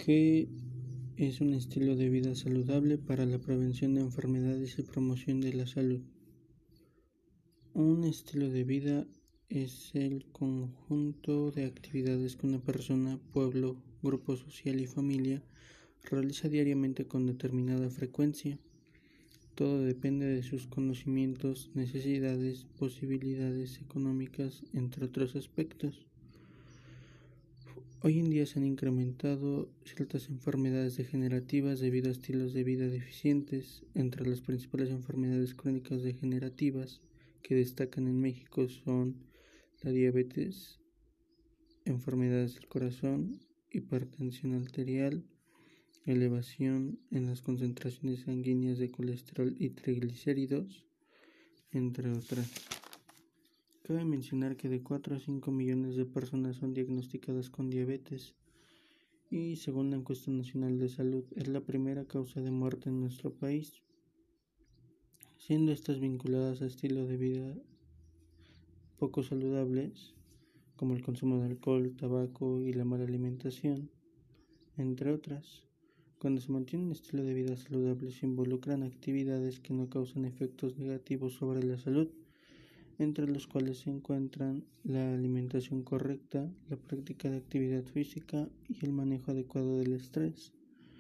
¿Qué es un estilo de vida saludable para la prevención de enfermedades y promoción de la salud? Un estilo de vida es el conjunto de actividades que una persona, pueblo, grupo social y familia realiza diariamente con determinada frecuencia. Todo depende de sus conocimientos, necesidades, posibilidades económicas, entre otros aspectos. Hoy en día se han incrementado ciertas enfermedades degenerativas debido a estilos de vida deficientes. Entre las principales enfermedades crónicas degenerativas que destacan en México son la diabetes, enfermedades del corazón, hipertensión arterial, elevación en las concentraciones sanguíneas de colesterol y triglicéridos, entre otras. Cabe mencionar que de 4 a 5 millones de personas son diagnosticadas con diabetes y, según la Encuesta Nacional de Salud, es la primera causa de muerte en nuestro país, siendo estas vinculadas a estilos de vida poco saludables, como el consumo de alcohol, tabaco y la mala alimentación, entre otras. Cuando se mantiene un estilo de vida saludable se involucran actividades que no causan efectos negativos sobre la salud, entre los cuales se encuentran la alimentación correcta, la práctica de actividad física y el manejo adecuado del estrés.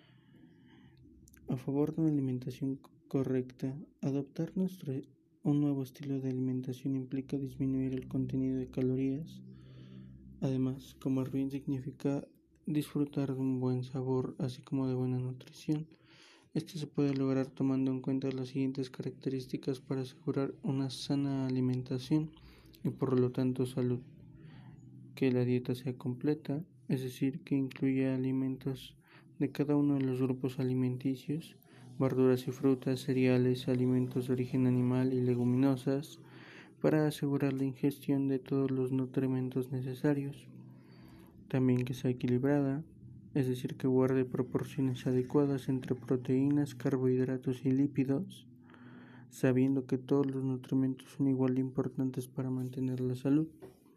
A favor de una alimentación correcta, adoptar un nuevo estilo de alimentación implica disminuir el contenido de calorías. Además, comer bien significa disfrutar de un buen sabor, así como de buena nutrición. Esto se puede lograr tomando en cuenta las siguientes características para asegurar una sana alimentación y por lo tanto salud. Que la dieta sea completa, es decir, que incluya alimentos de cada uno de los grupos alimenticios, verduras y frutas, cereales, alimentos de origen animal y leguminosas, para asegurar la ingestión de todos los nutrimentos necesarios. También que sea equilibrada, es decir, que guarde proporciones adecuadas entre proteínas, carbohidratos y lípidos, sabiendo que todos los nutrimentos son igual de importantes para mantener la salud.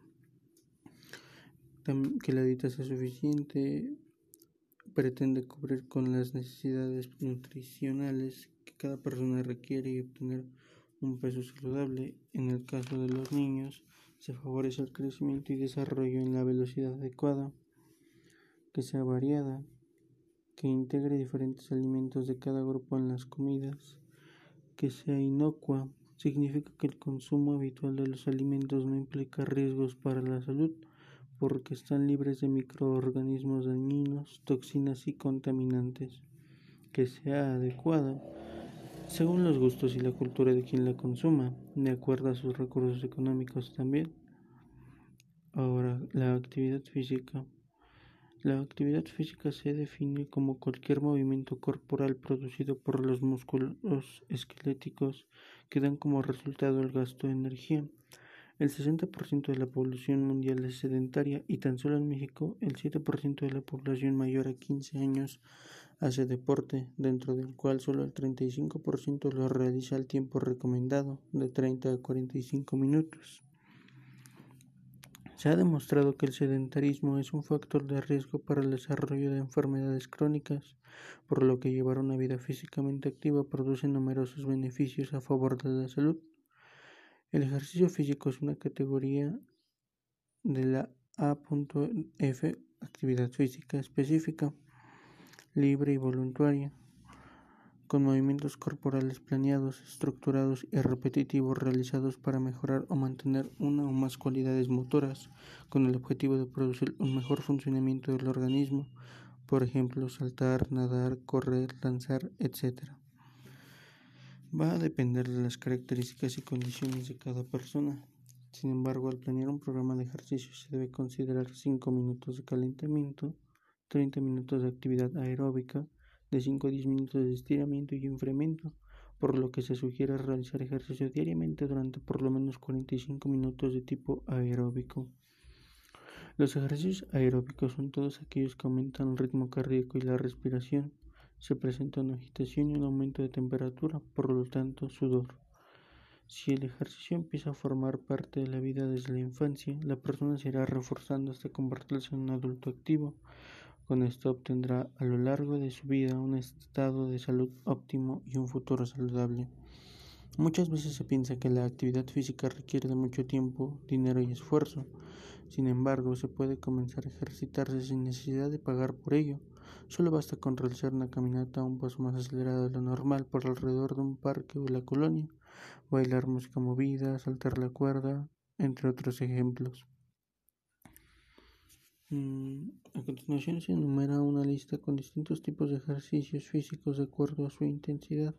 También que la dieta sea suficiente, pretende cubrir con las necesidades nutricionales que cada persona requiere y obtener un peso saludable. En el caso de los niños, se favorece el crecimiento y desarrollo en la velocidad adecuada, que sea variada, que integre diferentes alimentos de cada grupo en las comidas, que sea inocua, significa que el consumo habitual de los alimentos no implica riesgos para la salud, porque están libres de microorganismos dañinos, toxinas y contaminantes, que sea adecuada, según los gustos y la cultura de quien la consuma, de acuerdo a sus recursos económicos también. Ahora, la actividad física. La actividad física se define como cualquier movimiento corporal producido por los músculos esqueléticos que dan como resultado el gasto de energía. El 60% de la población mundial es sedentaria y tan solo en México el 7% de la población mayor a 15 años hace deporte, dentro del cual solo el 35% lo realiza al tiempo recomendado, de 30 a 45 minutos. Se ha demostrado que el sedentarismo es un factor de riesgo para el desarrollo de enfermedades crónicas, por lo que llevar una vida físicamente activa produce numerosos beneficios a favor de la salud. El ejercicio físico es una categoría de la A.F, actividad física específica, libre y voluntaria, con movimientos corporales planeados, estructurados y repetitivos realizados para mejorar o mantener una o más cualidades motoras, con el objetivo de producir un mejor funcionamiento del organismo, por ejemplo, saltar, nadar, correr, lanzar, etc. Va a depender de las características y condiciones de cada persona. Sin embargo, al planear un programa de ejercicio se debe considerar 5 minutos de calentamiento, 30 minutos de actividad aeróbica, de 5 a 10 minutos de estiramiento y enfriamiento, por lo que se sugiere realizar ejercicio diariamente durante por lo menos 45 minutos de tipo aeróbico. Los ejercicios aeróbicos son todos aquellos que aumentan el ritmo cardíaco y la respiración. Se presenta una agitación y un aumento de temperatura, por lo tanto sudor. Si el ejercicio empieza a formar parte de la vida desde la infancia, la persona se irá reforzando hasta convertirse en un adulto activo, Con esto obtendrá a lo largo de su vida un estado de salud óptimo y un futuro saludable. Muchas veces se piensa que la actividad física requiere de mucho tiempo, dinero y esfuerzo. Sin embargo, se puede comenzar a ejercitarse sin necesidad de pagar por ello. Solo basta con realizar una caminata a un paso más acelerado de lo normal por alrededor de un parque o la colonia, bailar música movida, saltar la cuerda, entre otros ejemplos. A continuación se enumera una lista con distintos tipos de ejercicios físicos de acuerdo a su intensidad.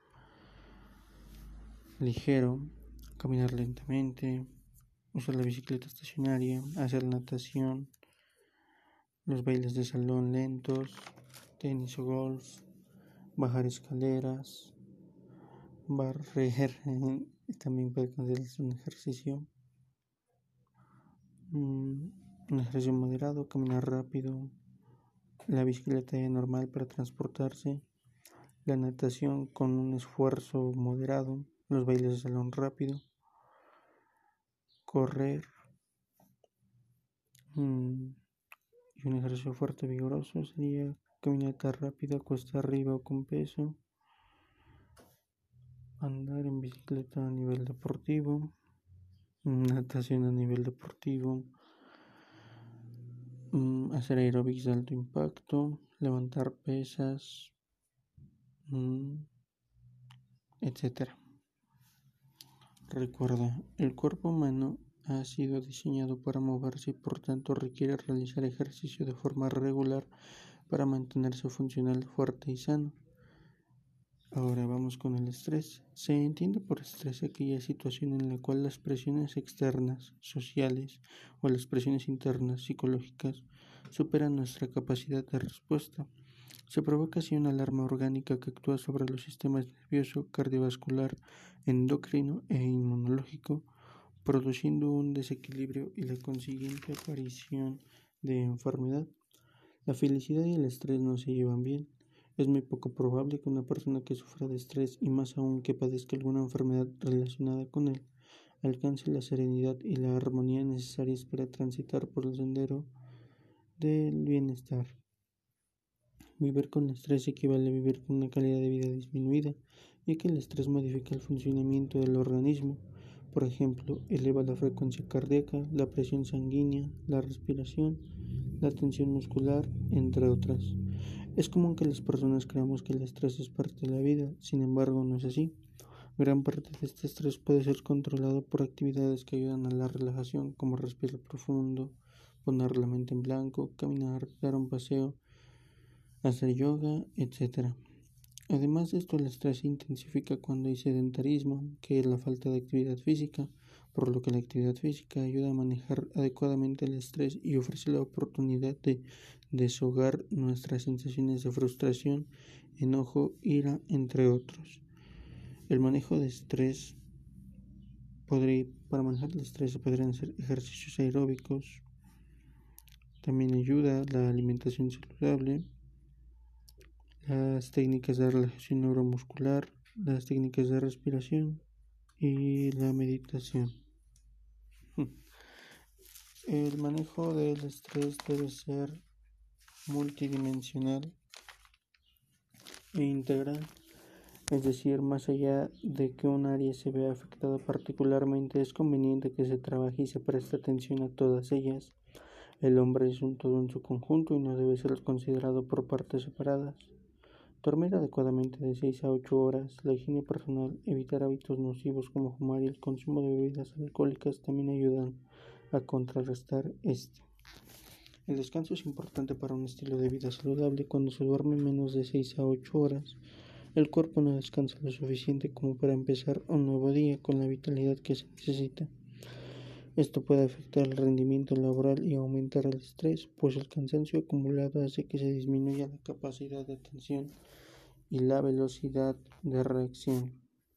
Ligero, caminar lentamente, usar la bicicleta estacionaria, hacer natación, los bailes de salón lentos, tenis o golf, bajar escaleras, barrer, también puede considerarse un ejercicio. Un ejercicio moderado, caminar rápido, la bicicleta normal para transportarse, la natación con un esfuerzo moderado, los bailes de salón rápido, correr y un ejercicio fuerte vigoroso sería caminata rápida, cuesta arriba o con peso, andar en bicicleta a nivel deportivo, natación a nivel deportivo, hacer aeróbics de alto impacto, levantar pesas, etc. Recuerda, el cuerpo humano ha sido diseñado para moverse y por tanto requiere realizar ejercicio de forma regular para mantenerse funcional, fuerte y sano. Ahora vamos con el estrés. Se entiende por estrés aquella situación en la cual las presiones externas, sociales, o las presiones internas, psicológicas, superan nuestra capacidad de respuesta. Se provoca así una alarma orgánica que actúa sobre los sistemas nervioso, cardiovascular, endocrino e inmunológico, produciendo un desequilibrio y la consiguiente aparición de enfermedad. La felicidad y el estrés no se llevan bien. Es muy poco probable que una persona que sufra de estrés y más aún que padezca alguna enfermedad relacionada con él alcance la serenidad y la armonía necesarias para transitar por el sendero del bienestar. Vivir con estrés equivale a vivir con una calidad de vida disminuida, ya que el estrés modifica el funcionamiento del organismo. Por ejemplo, eleva la frecuencia cardíaca, la presión sanguínea, la respiración, la tensión muscular, entre otras. Es común que las personas creamos que el estrés es parte de la vida, sin embargo no es así. Gran parte de este estrés puede ser controlado por actividades que ayudan a la relajación, como respirar profundo, poner la mente en blanco, caminar, dar un paseo, hacer yoga, etc. Además de esto, el estrés se intensifica cuando hay sedentarismo, que es la falta de actividad física, por lo que la actividad física ayuda a manejar adecuadamente el estrés y ofrece la oportunidad de deshogar nuestras sensaciones de frustración, enojo, ira, entre otros. El manejo de estrés para manejar el estrés se podrían hacer ejercicios aeróbicos, también ayuda la alimentación saludable, las técnicas de relajación neuromuscular, las técnicas de respiración y la meditación. El manejo del estrés debe ser multidimensional e integral, es decir, más allá de que un área se vea afectada particularmente, es conveniente que se trabaje y se preste atención a todas ellas. El hombre es un todo en su conjunto y no debe ser considerado por partes separadas. Dormir adecuadamente de 6 a 8 horas, la higiene personal, evitar hábitos nocivos como fumar y el consumo de bebidas alcohólicas también ayudan a contrarrestar este. El descanso es importante para un estilo de vida saludable. Cuando se duerme menos de 6 a 8 horas, el cuerpo no descansa lo suficiente como para empezar un nuevo día con la vitalidad que se necesita. Esto puede afectar el rendimiento laboral y aumentar el estrés, pues el cansancio acumulado hace que se disminuya la capacidad de atención y la velocidad de reacción.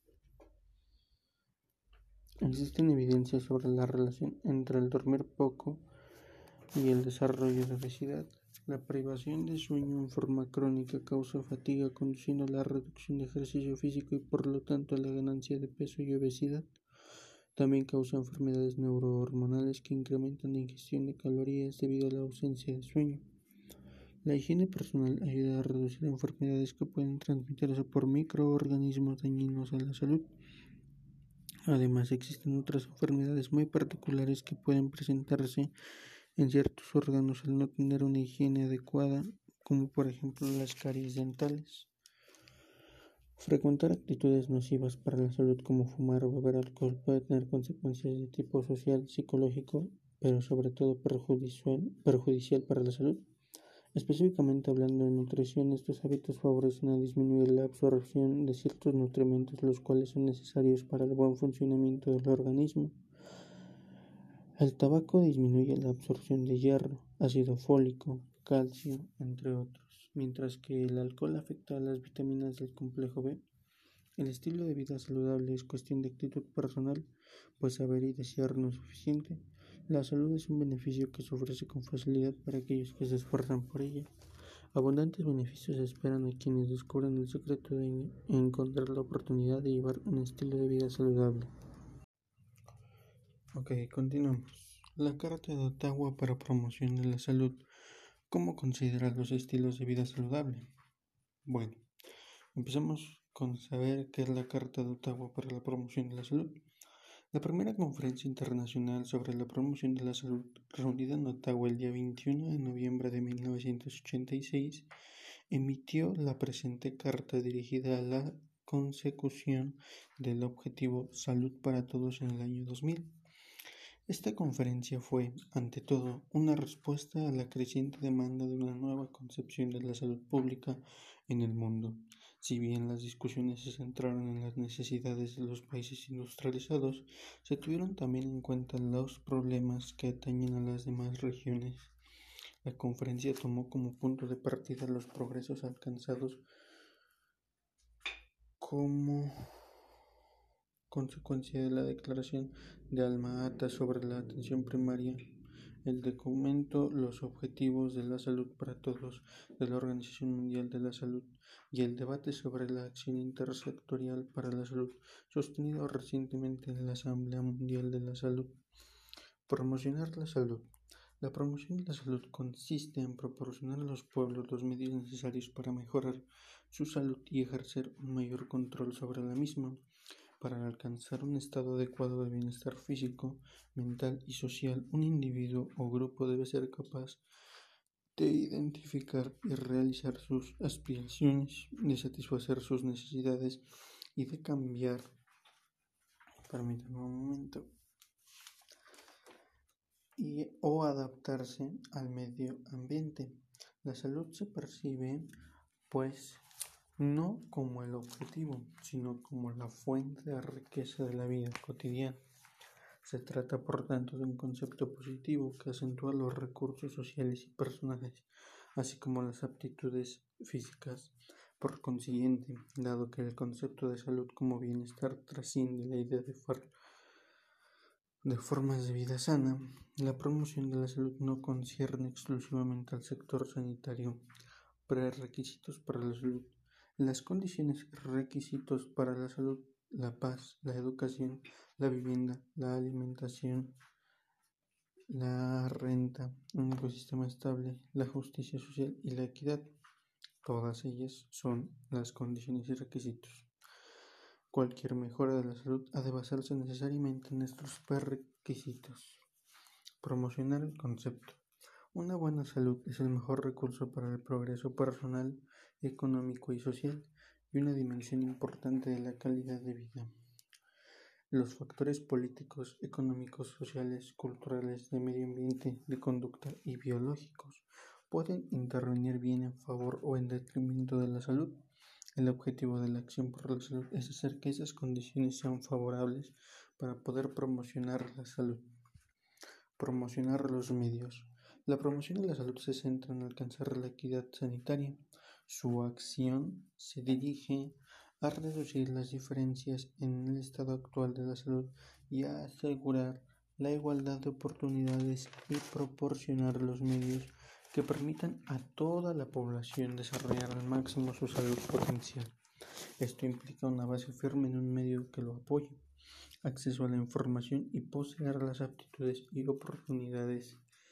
Existen evidencias sobre la relación entre el dormir poco y el desarrollo de obesidad. La privación de sueño en forma crónica causa fatiga, conduciendo a la reducción de ejercicio físico y por lo tanto a la ganancia de peso y obesidad. También causa enfermedades neurohormonales que incrementan la ingestión de calorías debido a la ausencia de sueño. La higiene personal ayuda a reducir enfermedades que pueden transmitirse por microorganismos dañinos a la salud. Además, existen otras enfermedades muy particulares que pueden presentarse en ciertos órganos al no tener una higiene adecuada, como por ejemplo las caries dentales. Frecuentar actitudes nocivas para la salud como fumar o beber alcohol puede tener consecuencias de tipo social, psicológico, pero sobre todo perjudicial para la salud. Específicamente hablando de nutrición, estos hábitos favorecen a disminuir la absorción de ciertos nutrimentos, los cuales son necesarios para el buen funcionamiento del organismo. El tabaco disminuye la absorción de hierro, ácido fólico, calcio, entre otros, mientras que el alcohol afecta a las vitaminas del complejo B. El estilo de vida saludable es cuestión de actitud personal, pues saber y desear no es suficiente. La salud es un beneficio que se ofrece con facilidad para aquellos que se esfuerzan por ella. Abundantes beneficios esperan a quienes descubren el secreto de encontrar la oportunidad de llevar un estilo de vida saludable. Ok, continuamos. La Carta de Ottawa para promoción de la salud. ¿Cómo considerar los estilos de vida saludable? Bueno, empezamos con saber qué es la Carta de Ottawa para la promoción de la salud. La primera conferencia internacional sobre la promoción de la salud, reunida en Ottawa el día 21 de noviembre de 1986, emitió la presente carta dirigida a la consecución del objetivo Salud para Todos en el año 2000. Esta conferencia fue, ante todo, una respuesta a la creciente demanda de una nueva concepción de la salud pública en el mundo. Si bien las discusiones se centraron en las necesidades de los países industrializados, se tuvieron también en cuenta los problemas que atañen a las demás regiones. La conferencia tomó como punto de partida los progresos alcanzados como consecuencia de la Declaración de Alma-Ata sobre la atención primaria, el documento Los Objetivos de la Salud para Todos de la Organización Mundial de la Salud y el debate sobre la acción intersectorial para la salud, sostenido recientemente en la Asamblea Mundial de la Salud. Promocionar la salud. La promoción de la salud consiste en proporcionar a los pueblos los medios necesarios para mejorar su salud y ejercer un mayor control sobre la misma. Para alcanzar un estado adecuado de bienestar físico, mental y social, un individuo o grupo debe ser capaz de identificar y realizar sus aspiraciones, de satisfacer sus necesidades y de cambiar. Permítanme un momento. O adaptarse al medio ambiente. La salud se percibe, pues, no como el objetivo, sino como la fuente de riqueza de la vida cotidiana. Se trata, por tanto, de un concepto positivo que acentúa los recursos sociales y personales, así como las aptitudes físicas. Por consiguiente, dado que el concepto de salud como bienestar trasciende la idea de formas de vida sana, la promoción de la salud no concierne exclusivamente al sector sanitario. Prerequisitos para la salud. Las condiciones y requisitos para la salud: la paz, la educación, la vivienda, la alimentación, la renta, un ecosistema estable, la justicia social y la equidad. Todas ellas son las condiciones y requisitos. Cualquier mejora de la salud ha de basarse necesariamente en estos prerequisitos. Promocionar el concepto. Una buena salud es el mejor recurso para el progreso personal, económico y social, y una dimensión importante de la calidad de vida. Los factores políticos, económicos, sociales, culturales, de medio ambiente, de conducta y biológicos pueden intervenir bien en favor o en detrimento de la salud. El objetivo de la acción por la salud es hacer que esas condiciones sean favorables para poder promocionar la salud. Promocionar los medios. La promoción de la salud se centra en alcanzar la equidad sanitaria. Su acción se dirige a reducir las diferencias en el estado actual de la salud y a asegurar la igualdad de oportunidades y proporcionar los medios que permitan a toda la población desarrollar al máximo su salud potencial. Esto implica una base firme en un medio que lo apoye, acceso a la información y poseer las aptitudes y oportunidades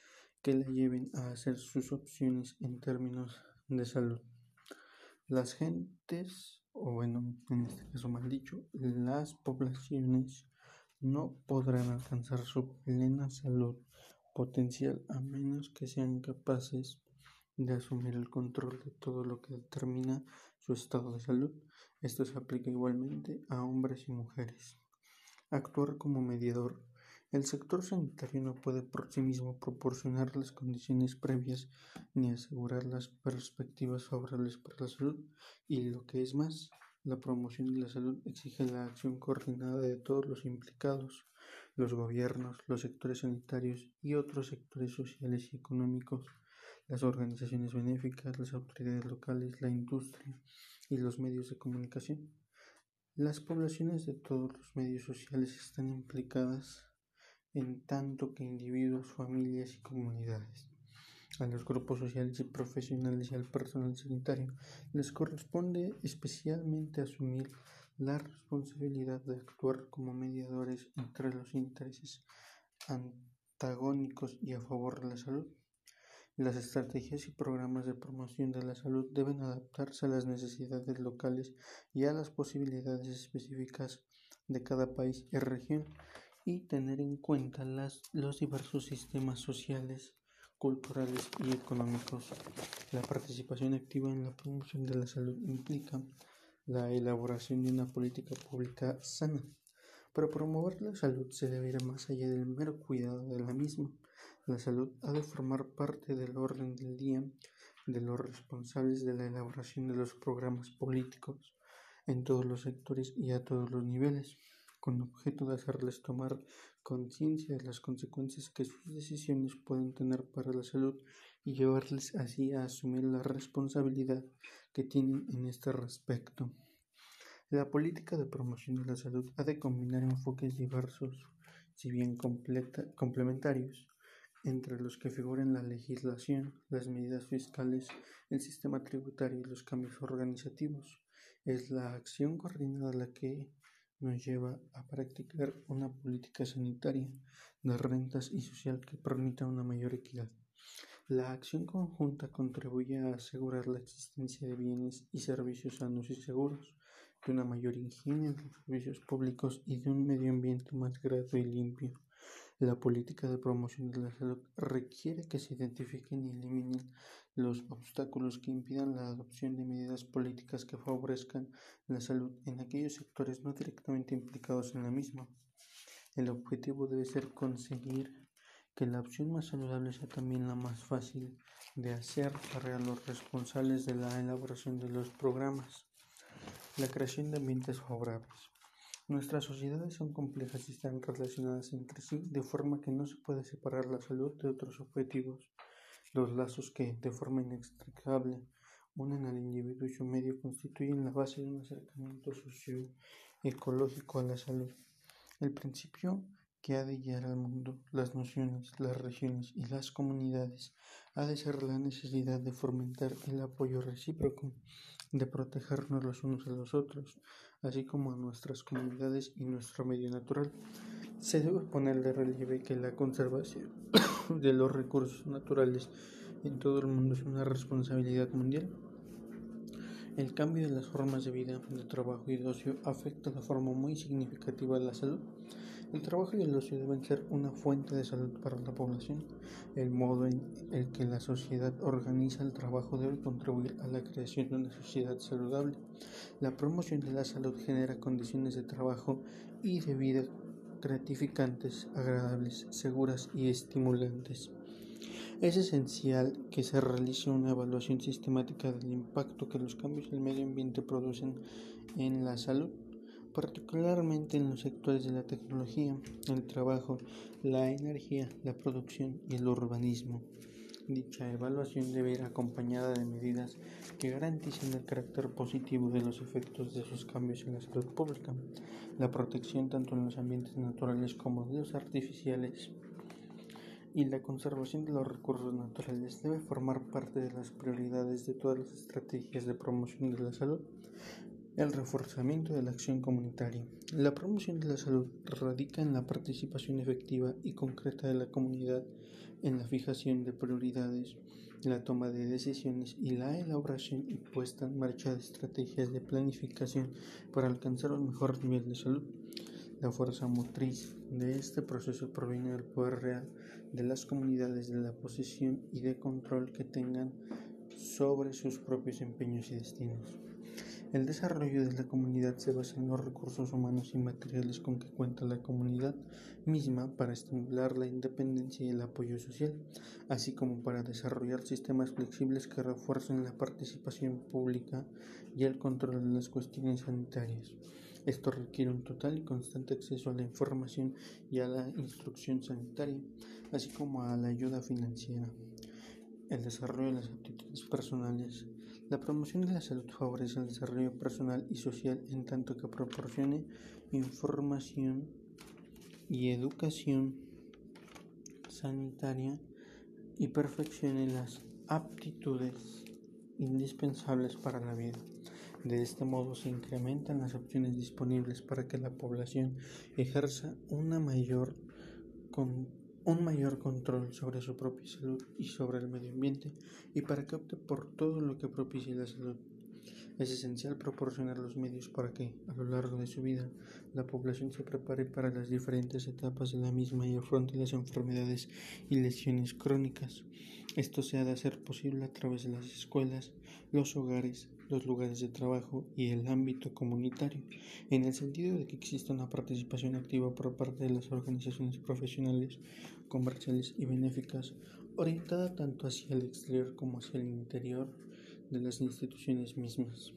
que la lleven a hacer sus opciones en términos de salud. Las gentes, o bueno, en este caso mal dicho, las poblaciones no podrán alcanzar su plena salud potencial a menos que sean capaces de asumir el control de todo lo que determina su estado de salud. Esto se aplica igualmente a hombres y mujeres. Actuar como mediador. El sector sanitario no puede por sí mismo proporcionar las condiciones previas ni asegurar las perspectivas favorables para la salud, y lo que es más, la promoción de la salud exige la acción coordinada de todos los implicados, los gobiernos, los sectores sanitarios y otros sectores sociales y económicos, las organizaciones benéficas, las autoridades locales, la industria y los medios de comunicación. Las poblaciones de todos los medios sociales están implicadas en tanto que individuos, familias y comunidades. A los grupos sociales y profesionales y al personal sanitario les corresponde especialmente asumir la responsabilidad de actuar como mediadores entre los intereses antagónicos y a favor de la salud. Las estrategias y programas de promoción de la salud deben adaptarse a las necesidades locales y a las posibilidades específicas de cada país y región, y tener en cuenta los diversos sistemas sociales, culturales y económicos. La participación activa en la promoción de la salud implica la elaboración de una política pública sana. Para promover la salud se debe ir más allá del mero cuidado de la misma. La salud ha de formar parte del orden del día de los responsables de la elaboración de los programas políticos en todos los sectores y a todos los niveles, con objeto de hacerles tomar conciencia de las consecuencias que sus decisiones pueden tener para la salud y llevarles así a asumir la responsabilidad que tienen en este respecto. La política de promoción de la salud ha de combinar enfoques diversos, si bien complementarios, entre los que figuran la legislación, las medidas fiscales, el sistema tributario y los cambios organizativos. Es la acción coordinada la que nos lleva a practicar una política sanitaria, de rentas y social que permita una mayor equidad. La acción conjunta contribuye a asegurar la existencia de bienes y servicios sanos y seguros, de una mayor higiene de los servicios públicos y de un medio ambiente más grato y limpio. La política de promoción de la salud requiere que se identifiquen y eliminen los obstáculos que impidan la adopción de medidas políticas que favorezcan la salud en aquellos sectores no directamente implicados en la misma. El objetivo debe ser conseguir que la opción más saludable sea también la más fácil de hacer para los responsables de la elaboración de los programas. La creación de ambientes favorables. Nuestras sociedades son complejas y están relacionadas entre sí, de forma que no se puede separar la salud de otros objetivos. Los lazos que, de forma inextricable, unen al individuo y su medio constituyen la base de un acercamiento socioecológico a la salud. El principio que ha de guiar al mundo, las naciones, las regiones y las comunidades ha de ser la necesidad de fomentar el apoyo recíproco, de protegernos los unos a los otros, así como a nuestras comunidades y nuestro medio natural. Se debe poner de relieve que la conservación de los recursos naturales en todo el mundo es una responsabilidad mundial. El cambio de las formas de vida, de trabajo y de ocio afecta de forma muy significativa a la salud. El trabajo y el ocio deben ser una fuente de salud para la población. El modo en el que la sociedad organiza el trabajo debe contribuir a la creación de una sociedad saludable. La promoción de la salud genera condiciones de trabajo y de vida gratificantes, agradables, seguras y estimulantes. Es esencial que se realice una evaluación sistemática del impacto que los cambios del medio ambiente producen en la salud, particularmente en los sectores de la tecnología, el trabajo, la energía, la producción y el urbanismo. Dicha evaluación debe ir acompañada de medidas que garanticen el carácter positivo de los efectos de esos cambios en la salud pública, la protección tanto en los ambientes naturales como de los artificiales, y la conservación de los recursos naturales debe formar parte de las prioridades de todas las estrategias de promoción de la salud. El reforzamiento de la acción comunitaria. La promoción de la salud radica en la participación efectiva y concreta de la comunidad en la fijación de prioridades, la toma de decisiones y la elaboración y puesta en marcha de estrategias de planificación para alcanzar un mejor nivel de salud. La fuerza motriz de este proceso proviene del poder real de las comunidades, de la posesión y de control que tengan sobre sus propios empeños y destinos. El desarrollo de la comunidad se basa en los recursos humanos y materiales con que cuenta la comunidad misma para estimular la independencia y el apoyo social, así como para desarrollar sistemas flexibles que refuercen la participación pública y el control de las cuestiones sanitarias. Esto requiere un total y constante acceso a la información y a la instrucción sanitaria, así como a la ayuda financiera. El desarrollo de las aptitudes personales. La promoción de la salud favorece el desarrollo personal y social en tanto que proporcione información y educación sanitaria y perfeccione las aptitudes indispensables para la vida. De este modo se incrementan las opciones disponibles para que la población ejerza un mayor control sobre su propia salud y sobre el medio ambiente, y para que opte por todo lo que propicie la salud. Es esencial proporcionar los medios para que, a lo largo de su vida, la población se prepare para las diferentes etapas de la misma y afronte las enfermedades y lesiones crónicas. Esto se ha de hacer posible a través de las escuelas, los hogares, los lugares de trabajo y el ámbito comunitario, en el sentido de que exista una participación activa por parte de las organizaciones profesionales, comerciales y benéficas, orientada tanto hacia el exterior como hacia el interior de las instituciones mismas.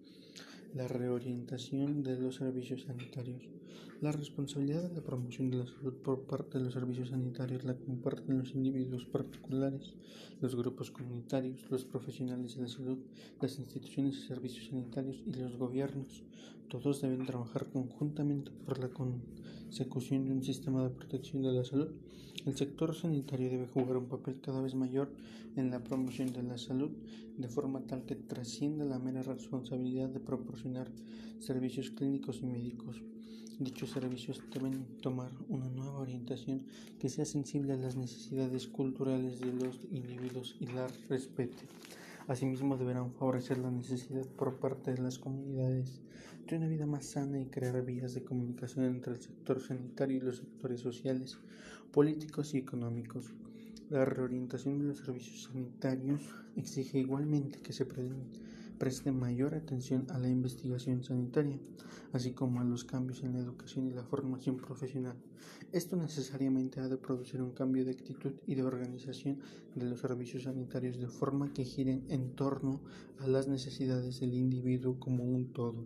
La reorientación de los servicios sanitarios. La responsabilidad de la promoción de la salud por parte de los servicios sanitarios la comparten los individuos particulares, los grupos comunitarios, los profesionales de la salud, las instituciones de servicios sanitarios y los gobiernos. Todos deben trabajar conjuntamente por la consecución de un sistema de protección de la salud. El sector sanitario debe jugar un papel cada vez mayor en la promoción de la salud, de forma tal que trascienda la mera responsabilidad de proporcionar servicios clínicos y médicos. Dichos servicios deben tomar una nueva orientación que sea sensible a las necesidades culturales de los individuos y las respete. Asimismo, deberán favorecer la necesidad por parte de las comunidades de una vida más sana y crear vías de comunicación entre el sector sanitario y los sectores sociales, políticos y económicos. La reorientación de los servicios sanitarios exige igualmente que se preste mayor atención a la investigación sanitaria, así como a los cambios en la educación y la formación profesional. Esto necesariamente ha de producir un cambio de actitud y de organización de los servicios sanitarios de forma que giren en torno a las necesidades del individuo como un todo.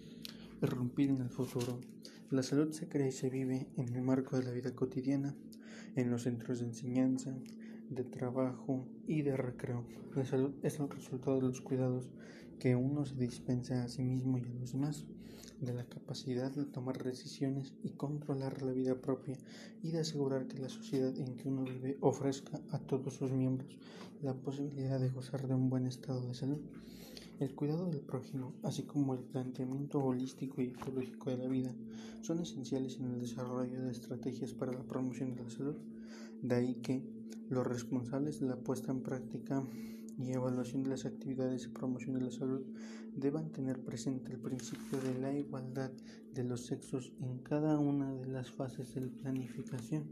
Irrumpir en el futuro. La salud se crea y se vive en el marco de la vida cotidiana, en los centros de enseñanza, de trabajo y de recreo. La salud es el resultado de los cuidados que uno se dispensa a sí mismo y a los demás, de la capacidad de tomar decisiones y controlar la vida propia, y de asegurar que la sociedad en que uno vive ofrezca a todos sus miembros la posibilidad de gozar de un buen estado de salud. El cuidado del prójimo, así como el planteamiento holístico y ecológico de la vida, son esenciales en el desarrollo de estrategias para la promoción de la salud. De ahí que los responsables de la puesta en práctica y evaluación de las actividades de promoción de la salud deban tener presente el principio de la igualdad de los sexos en cada una de las fases de la planificación.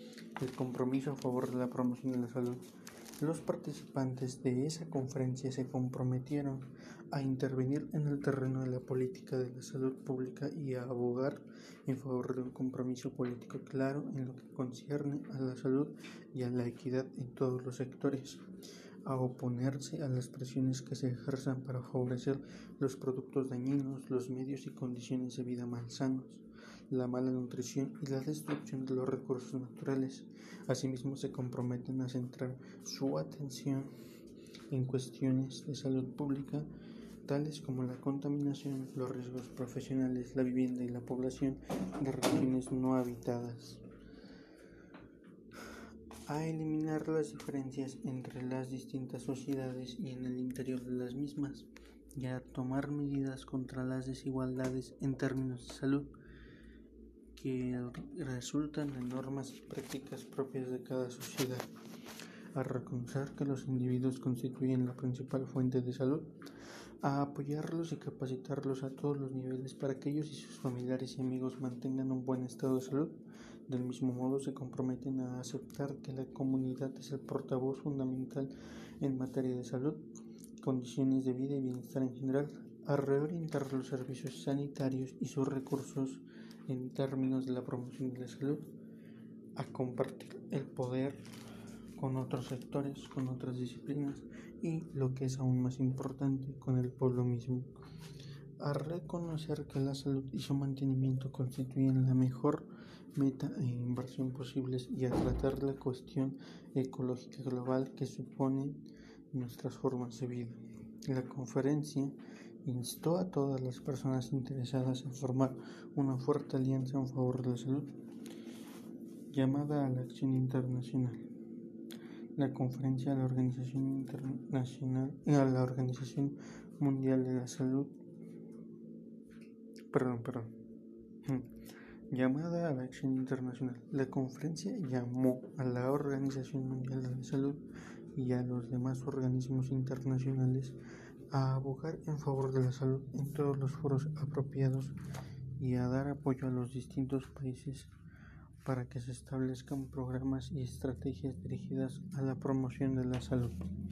El compromiso a favor de la promoción de la salud. Los participantes de esa conferencia se comprometieron a intervenir en el terreno de la política de la salud pública y a abogar en favor de un compromiso político claro en lo que concierne a la salud y a la equidad en todos los sectores, a oponerse a las presiones que se ejerzan para favorecer los productos dañinos, los medios y condiciones de vida malsanos, la mala nutrición y la destrucción de los recursos naturales. Asimismo, se comprometen a centrar su atención en cuestiones de salud pública, tales como la contaminación, los riesgos profesionales, la vivienda y la población de regiones no habitadas, a eliminar las diferencias entre las distintas sociedades y en el interior de las mismas, y a tomar medidas contra las desigualdades en términos de salud que resultan de normas y prácticas propias de cada sociedad. a reconocer que los individuos constituyen la principal fuente de salud, a apoyarlos y capacitarlos a todos los niveles para que ellos y sus familiares y amigos mantengan un buen estado de salud. Del mismo modo, se comprometen a aceptar que la comunidad es el portavoz fundamental en materia de salud, condiciones de vida y bienestar en general, a reorientar los servicios sanitarios y sus recursos en términos de la promoción de la salud, a compartir el poder con otros sectores, con otras disciplinas y, lo que es aún más importante, con el pueblo mismo, a reconocer que la salud y su mantenimiento constituyen la mejor meta e inversión posibles y a tratar la cuestión ecológica global que suponen nuestras formas de vida. La conferencia instó a todas las personas interesadas a formar una fuerte alianza en favor de la salud, llamada a la acción internacional. La conferencia de la Organización Mundial de la Salud, llamada a la acción internacional. La conferencia llamó a la Organización Mundial de la Salud y a los demás organismos internacionales a abogar en favor de la salud en todos los foros apropiados y a dar apoyo a los distintos países para que se establezcan programas y estrategias dirigidas a la promoción de la salud.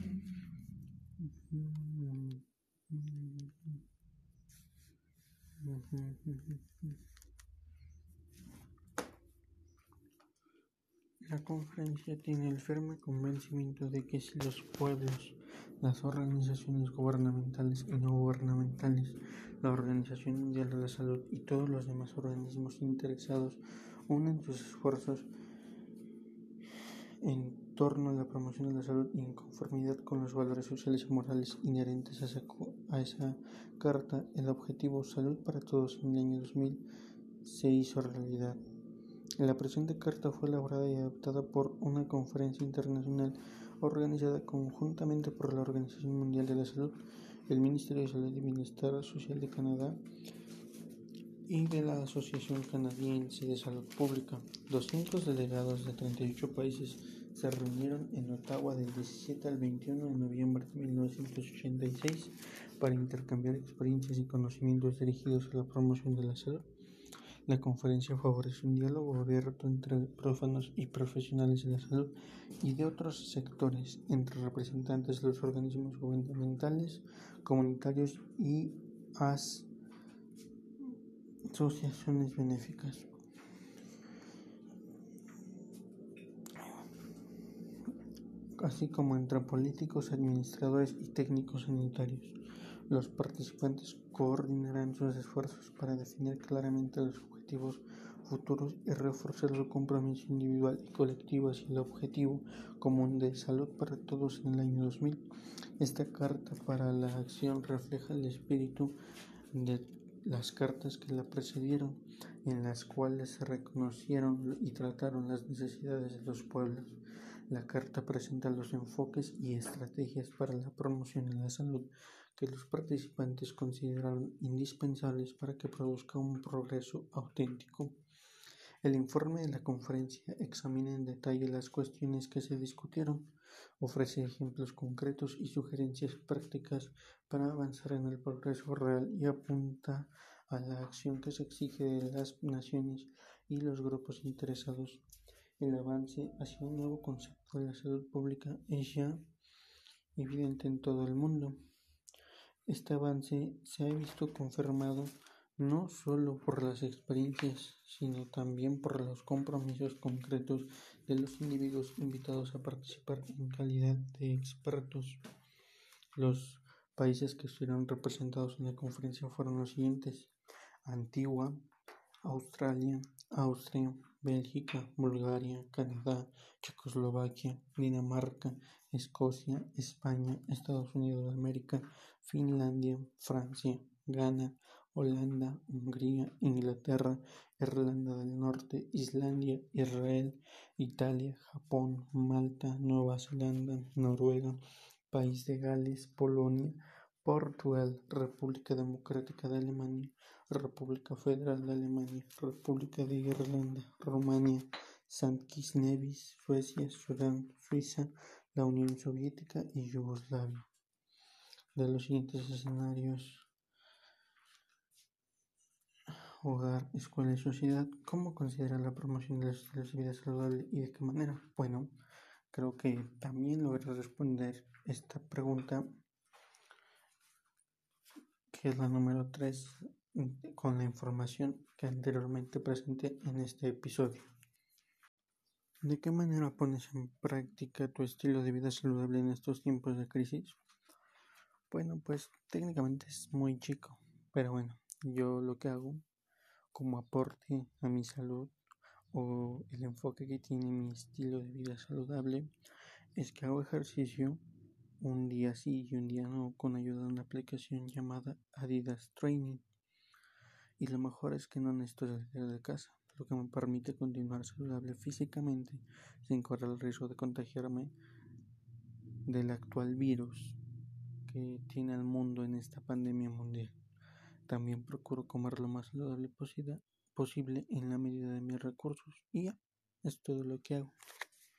La conferencia tiene el firme convencimiento de que si los pueblos, las organizaciones gubernamentales y no gubernamentales, la Organización Mundial de la Salud y todos los demás organismos interesados unen sus esfuerzos en torno a la promoción de la salud y en conformidad con los valores sociales y morales inherentes a esa carta, el objetivo Salud para Todos en el año 2000 se hizo realidad. La presente carta fue elaborada y adoptada por una conferencia internacional organizada conjuntamente por la Organización Mundial de la Salud, el Ministerio de Salud y Bienestar Social de Canadá y de la Asociación Canadiense de Salud Pública. 200 delegados de 38 países se reunieron en Ottawa del 17 al 21 de noviembre de 1986 para intercambiar experiencias y conocimientos dirigidos a la promoción de la salud. La conferencia favorece un diálogo abierto entre prófanos y profesionales de la salud y de otros sectores, entre representantes de los organismos gubernamentales, comunitarios y asociaciones benéficas, así como entre políticos, administradores y técnicos sanitarios. Los participantes coordinarán sus esfuerzos para definir claramente los objetivos futuros y reforzar su compromiso individual y colectivo hacia el objetivo común de salud para todos en el año 2000. Esta carta para la acción refleja el espíritu de las cartas que la precedieron, en las cuales se reconocieron y trataron las necesidades de los pueblos. La carta presenta los enfoques y estrategias para la promoción de la salud que los participantes consideraron indispensables para que produzca un progreso auténtico. El informe de la conferencia examina en detalle las cuestiones que se discutieron, ofrece ejemplos concretos y sugerencias prácticas para avanzar en el progreso real y apunta a la acción que se exige de las naciones y los grupos interesados. El avance hacia un nuevo concepto de la salud pública es ya evidente en todo el mundo. Este avance se ha visto confirmado no solo por las experiencias, sino también por los compromisos concretos de los individuos invitados a participar en calidad de expertos. Los países que estuvieron representados en la conferencia fueron los siguientes: Antigua, Australia, Austria, Bélgica, Bulgaria, Canadá, Checoslovaquia, Dinamarca, Escocia, España, Estados Unidos de América, Finlandia, Francia, Ghana, Holanda, Hungría, Inglaterra, Irlanda del Norte, Islandia, Israel, Italia, Japón, Malta, Nueva Zelanda, Noruega, País de Gales, Polonia, Portugal, República Democrática de Alemania, República Federal de Alemania, República de Irlanda, Rumania, Saint Kitts Nevis, Suecia, Sudán, Suiza la Unión Soviética y Yugoslavia. De los siguientes escenarios: hogar, escuela y sociedad, ¿cómo considera la promoción de los estilos de vida saludable y de qué manera? Bueno, creo que también logré responder esta pregunta, que es la número 3, con la información que anteriormente presenté en este episodio. ¿De qué manera pones en práctica tu estilo de vida saludable en estos tiempos de crisis? Bueno, pues técnicamente es muy chico, pero bueno, yo lo que hago como aporte a mi salud o el enfoque que tiene mi estilo de vida saludable es que hago ejercicio un día sí y un día no con ayuda de una aplicación llamada Adidas Training. Y lo mejor es que no necesito salir de casa, lo que me permite continuar saludable físicamente sin correr el riesgo de contagiarme del actual virus que tiene al mundo en esta pandemia mundial. También procuro comer lo más saludable posible en la medida de mis recursos. Y ya, es todo lo que hago.